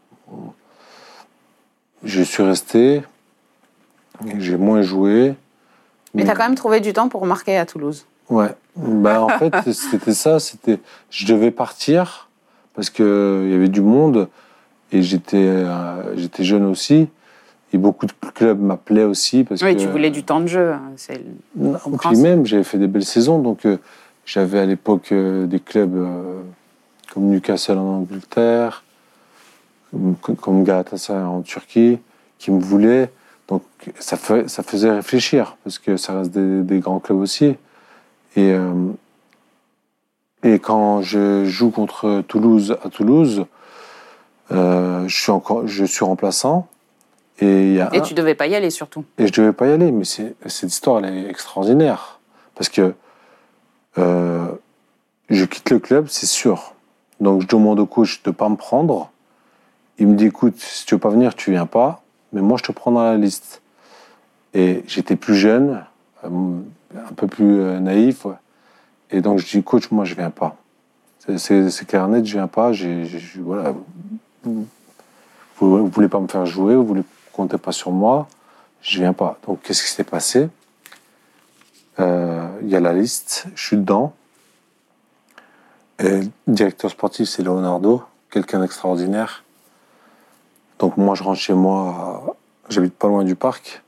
Je suis resté. J'ai moins joué. Mais, mais tu as quand même trouvé du temps pour marquer à Toulouse. Ouais. Bah, en fait, c'était ça. C'était... Je devais partir parce qu'il y avait du monde et j'étais, euh, j'étais jeune aussi. Et beaucoup de clubs m'appelaient aussi. Parce oui, que, tu voulais du temps de jeu. C'est non, puis même, j'avais fait des belles saisons. Donc, euh, j'avais à l'époque euh, des clubs euh, comme Newcastle en Angleterre, comme, comme Galatasaray en Turquie, qui me voulaient. Donc, ça, fait, ça faisait réfléchir, parce que ça reste des, des grands clubs aussi. Et, euh, et quand je joue contre Toulouse à Toulouse, euh, je, suis encore, je suis remplaçant. Et, y a et un... tu devais pas y aller, surtout. Et je devais pas y aller, mais c'est, cette histoire, elle est extraordinaire. Parce que euh, je quitte le club, c'est sûr. Donc, je demande au coach de pas me prendre. Il me dit, écoute, si tu veux pas venir, tu viens pas. Mais moi, je te prends dans la liste. Et j'étais plus jeune, un peu plus naïf. Ouais. Et donc, je dis, coach, moi, je viens pas. C'est, c'est, c'est clair net, je viens pas. J'ai, j'ai, voilà. Vous, vous voulez pas me faire jouer, vous voulez compter pas sur moi, je viens pas. Donc, qu'est-ce qui s'est passé ? Euh, y a la liste, je suis dedans. Et le directeur sportif, c'est Leonardo, quelqu'un d'extraordinaire. Donc moi, je rentre chez moi, j'habite pas loin du parc.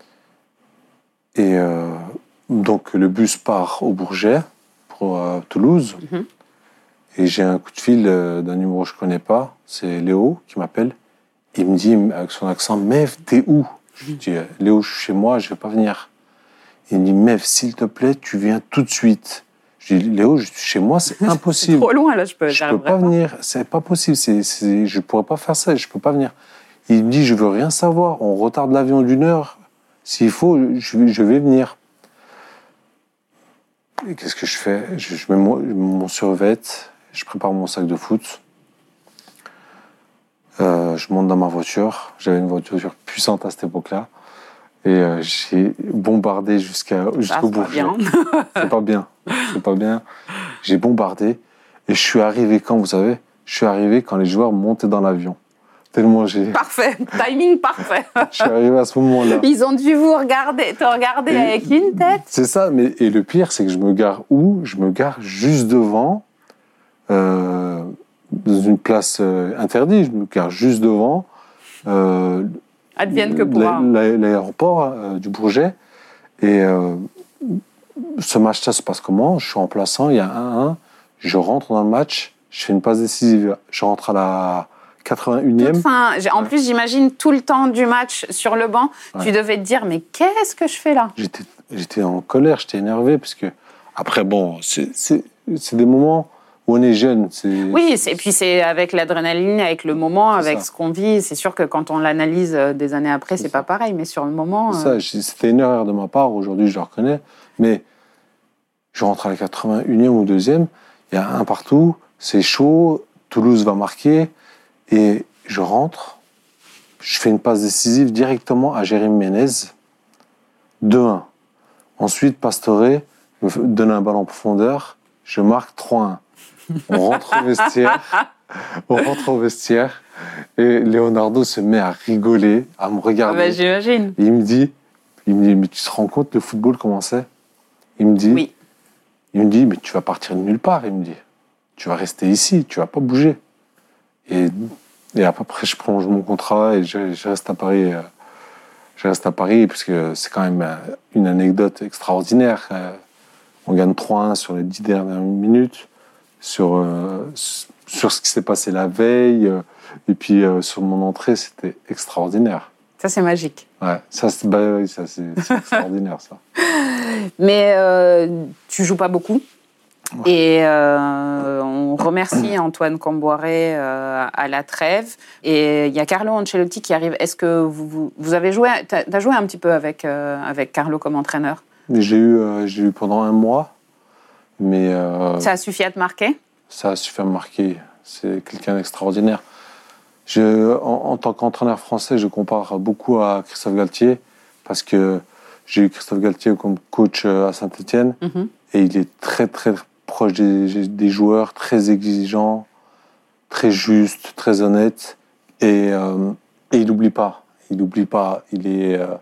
Et euh, donc le bus part au Bourget, pour euh, Toulouse. Mm-hmm. Et j'ai un coup de fil euh, d'un numéro que je connais pas, c'est Léo qui m'appelle. Il me dit avec son accent, Mev, t'es où ? Je lui dis, Léo, je suis chez moi, je vais pas venir. Il me dit, Mev, s'il te plaît, tu viens tout de suite. Je dis, Léo, je suis chez moi, c'est impossible. C'est trop loin, là, je peux. Je peux pas, pas venir, c'est pas possible, c'est, c'est, je pourrais pas faire ça, je peux pas venir. Il me dit, je veux rien savoir, on retarde l'avion d'une heure, s'il faut, je, je vais venir. Et qu'est-ce que je fais ? je, je mets mon, mon survêt, je prépare mon sac de foot, euh, je monte dans ma voiture, j'avais une voiture puissante à cette époque-là, et euh, j'ai bombardé jusqu'à, jusqu'au bout. C'est pas bien. C'est pas bien. C'est pas bien. J'ai bombardé. Et je suis arrivé quand, vous savez, je suis arrivé quand les joueurs montaient dans l'avion. Tellement j'ai... Parfait, timing parfait. Je suis arrivé à ce moment-là. Ils ont dû vous regarder, te regarder Et avec une tête. C'est ça, mais et le pire, c'est que je me gare où? Je me gare juste devant, euh, dans une place euh, interdite. Je me gare juste devant. Euh, Advienne que pourra. l'a- L'aéroport euh, du Bourget. Et euh, ce match-là se passe comment? Je suis remplaçant, il y a un un. Je rentre dans le match, je fais une passe décisive. Je rentre à la quatre-vingt-unième. Toute fin. J'ai- En plus, j'imagine tout le temps du match sur le banc, Ouais. tu devais te dire, mais qu'est-ce que je fais là? J'étais, j'étais en colère, j'étais énervé, parce que, après, bon, c'est, c'est, c'est des moments où on est jeune. C'est, Oui, et puis c'est avec l'adrénaline, avec le moment, C'est avec ça. ce qu'on vit. C'est sûr que quand on l'analyse euh, des années après, c'est C'est pas ça. pareil, mais sur le moment. c'est euh, ça, j'ai- c'était une erreur de ma part, aujourd'hui je le reconnais, mais je rentre à la quatre-vingt-unième ou deuxième, il y a un partout, c'est chaud, Toulouse va marquer, et je rentre, je fais une passe décisive directement à Jérémy Ménez, deux un. Ensuite, Pastore me f- donne un ballon en profondeur, je marque trois un. On rentre au vestiaire, on rentre au vestiaire, et Leonardo se met à rigoler, à me ah regarder. bah, j'imagine. Et il me dit, il me dit, mais tu te rends compte le football comment c'est? Il me dit, Oui. il me dit, mais tu vas partir de nulle part. Il me dit, tu vas rester ici, tu vas pas bouger. Et, et après, je prolonge mon contrat et je, je reste à Paris. euh, Je reste à Paris parce que c'est quand même euh, une anecdote extraordinaire. Euh, On gagne trois un sur les dix dernières minutes, sur euh, sur ce qui s'est passé la veille, euh, et puis euh, sur mon entrée, c'était extraordinaire. Ça, c'est magique. Ouais, ça, c'est, bah, oui, ça, c'est, c'est extraordinaire, ça. Mais euh, tu joues pas beaucoup. Et euh, on remercie Antoine Comboiré euh, à la trêve. Et il y a Carlo Ancelotti qui arrive. Est-ce que vous, vous, vous avez joué, t'as, t'as joué un petit peu avec, euh, avec Carlo comme entraîneur? J'ai eu, euh, j'ai eu pendant un mois, mais euh, Ça a suffi à te marquer? ça a suffi à me marquer. C'est quelqu'un d'extraordinaire. Je, en, en tant qu'entraîneur français, je compare beaucoup à Christophe Galtier, parce que j'ai eu Christophe Galtier comme coach à Saint-Étienne, Mm-hmm. et il est très très proche des, des joueurs, très exigeant, très juste, très honnête, et, euh, et il n'oublie pas. Il n'oublie pas. Il est, euh,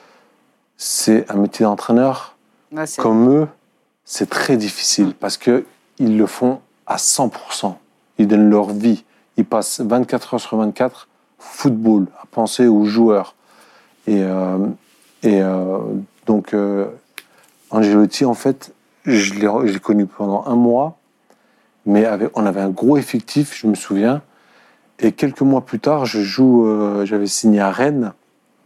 c'est un métier d'entraîneur. Ouais, c'est... Comme eux, c'est très difficile parce que ils le font à cent pour cent. Ils donnent leur vie. Ils passent vingt-quatre heures sur vingt-quatre football, à penser aux joueurs. Et, euh, et euh, donc, euh, Ancelotti, en fait, je l'ai, je l'ai connu pendant un mois, mais avec, on avait un gros effectif, je me souviens. Et quelques mois plus tard, je joue, euh, j'avais signé à Rennes,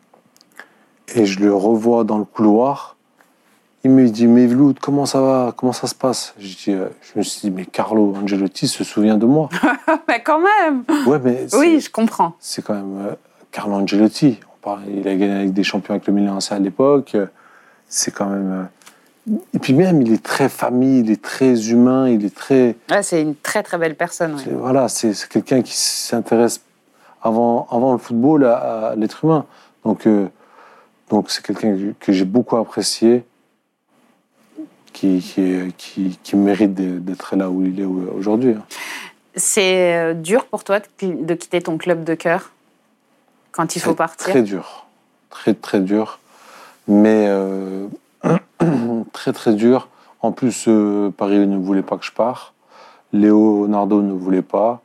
et je le revois dans le couloir. Il me dit, mais Vloud, comment ça va? Comment ça se passe? Je, dis, euh, je me suis dit, mais Carlo Ancelotti se souvient de moi. Mais quand même. Ouais, mais c'est, Oui, je comprends. c'est quand même euh, Carlo Ancelotti. On parle, il a gagné avec des champions avec le Milan A C à l'époque. Euh, C'est quand même... euh, Et puis même, il est très famille, il est très humain, il est très... Ouais, c'est une très très belle personne. Ouais. C'est, voilà, c'est, c'est quelqu'un qui s'intéresse avant, avant le football à, à l'être humain. Donc, euh, donc c'est quelqu'un que, que j'ai beaucoup apprécié, qui, qui, qui, qui mérite d'être là où il est aujourd'hui. C'est euh, dur pour toi de, de quitter ton club de cœur quand il faut C'est partir? très dur, très très dur, mais euh, très très dur. En plus, euh, Paris ne voulait pas que je parte, Leonardo ne voulait pas,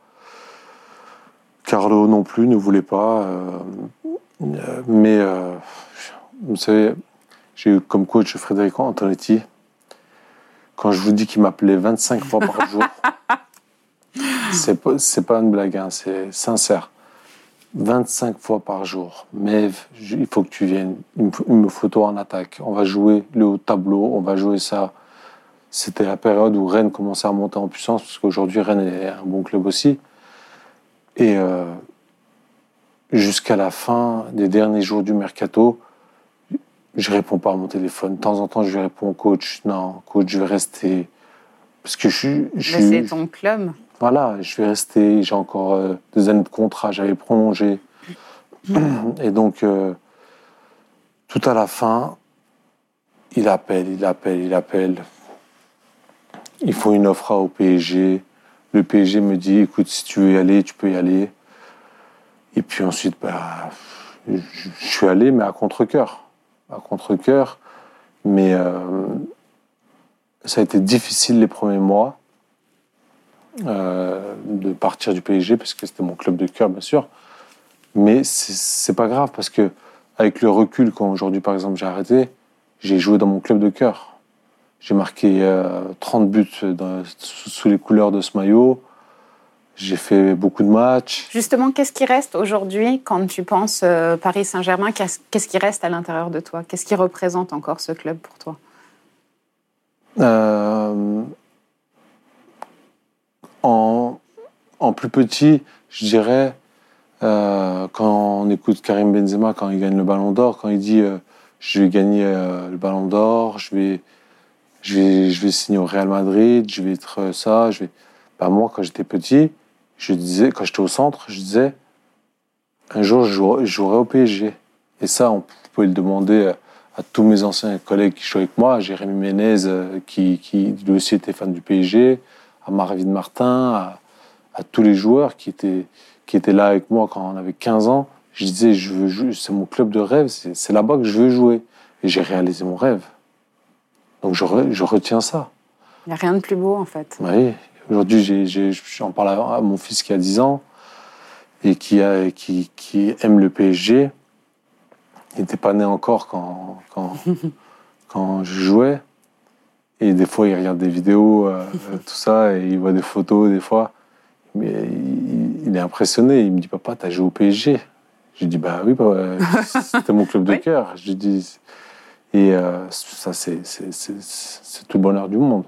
Carlo non plus ne voulait pas, euh, euh, mais euh, vous savez, j'ai eu comme coach Federico Antonetti. Quand je vous dis qu'il m'appelait vingt-cinq fois par jour, c'est pas, c'est pas une blague, hein, c'est sincère. vingt-cinq fois par jour. Maeve, je- il faut que tu viennes. Il me faut, il me faut toi en attaque. On va jouer le haut de tableau, on va jouer ça. C'était la période où Rennes commençait à monter en puissance, parce qu'aujourd'hui, Rennes est un bon club aussi. Et euh, jusqu'à la fin des derniers jours du mercato, je réponds pas à mon téléphone. De temps en temps, je lui réponds au coach. Non, coach, je vais rester. Parce que je suis. je Mais suis- c'est ton club. Voilà, je vais rester. J'ai encore euh, deux années de contrat, j'avais prolongé. Et donc, euh, tout à la fin, il appelle, il appelle, il appelle. Il faut une offre au P S G. le P S G me dit, écoute, si tu veux y aller, tu peux y aller. Et puis ensuite, bah, je, je suis allé, mais à contre-cœur. À contre-cœur. Mais euh, ça a été difficile les premiers mois euh, de partir du P S G, parce que c'était mon club de cœur, bien sûr. Mais c'est, c'est pas grave, parce que avec le recul, quand aujourd'hui, par exemple, j'ai arrêté, j'ai joué dans mon club de cœur. J'ai marqué euh, trente buts dans, sous, sous les couleurs de ce maillot. J'ai fait beaucoup de matchs. Justement, qu'est-ce qui reste aujourd'hui quand tu penses euh, Paris Saint-Germain? Qu'est-ce, qu'est-ce qui reste à l'intérieur de toi? Qu'est-ce qui représente encore ce club pour toi? euh, en, en plus petit, je dirais, euh, quand on écoute Karim Benzema, quand il gagne le Ballon d'Or, quand il dit euh, « je vais gagner euh, le Ballon d'Or, je vais... Je vais, je vais signer au Real Madrid, je vais être ça, je vais... Ben moi, quand j'étais petit, je disais, quand j'étais au centre, je disais, un jour, je jouerai, je jouerai au P S G. Et ça, on pouvait le demander à, à tous mes anciens collègues qui jouaient avec moi, à Jérémy Ménez, qui, qui lui aussi était fan du P S G, à Marvin Martin, à, à tous les joueurs qui étaient, qui étaient là avec moi quand on avait quinze ans. Je disais, je veux jouer, c'est mon club de rêve, c'est, c'est là-bas que je veux jouer. Et j'ai réalisé mon rêve. Donc je, re, je retiens ça. Il n'y a rien de plus beau, en fait. Oui. Aujourd'hui, j'ai, j'ai, j'en parle à mon fils qui a dix ans et qui, a, qui, qui aime le P S G. Il n'était pas né encore quand, quand, quand je jouais. Et des fois, il regarde des vidéos, euh, tout ça, et il voit des photos, des fois. Mais il, il est impressionné. Il me dit, papa, t'as joué au P S G? Je lui dis, bah oui, bah, c'était mon club de oui. cœur. Je lui dis... Et euh, ça, c'est, c'est, c'est, c'est tout le bonheur du monde.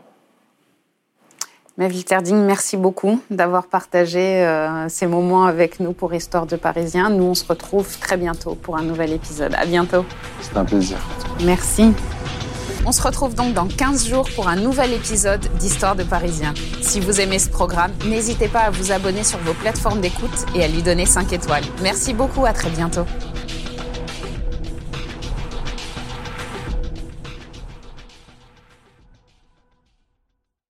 Maëv Litterding, merci beaucoup d'avoir partagé euh, ces moments avec nous pour Histoire de Parisien. Nous, on se retrouve très bientôt pour un nouvel épisode. À bientôt. C'était un plaisir. Merci. On se retrouve donc dans quinze jours pour un nouvel épisode d'Histoire de Parisien. Si vous aimez ce programme, n'hésitez pas à vous abonner sur vos plateformes d'écoute et à lui donner cinq étoiles. Merci beaucoup, à très bientôt.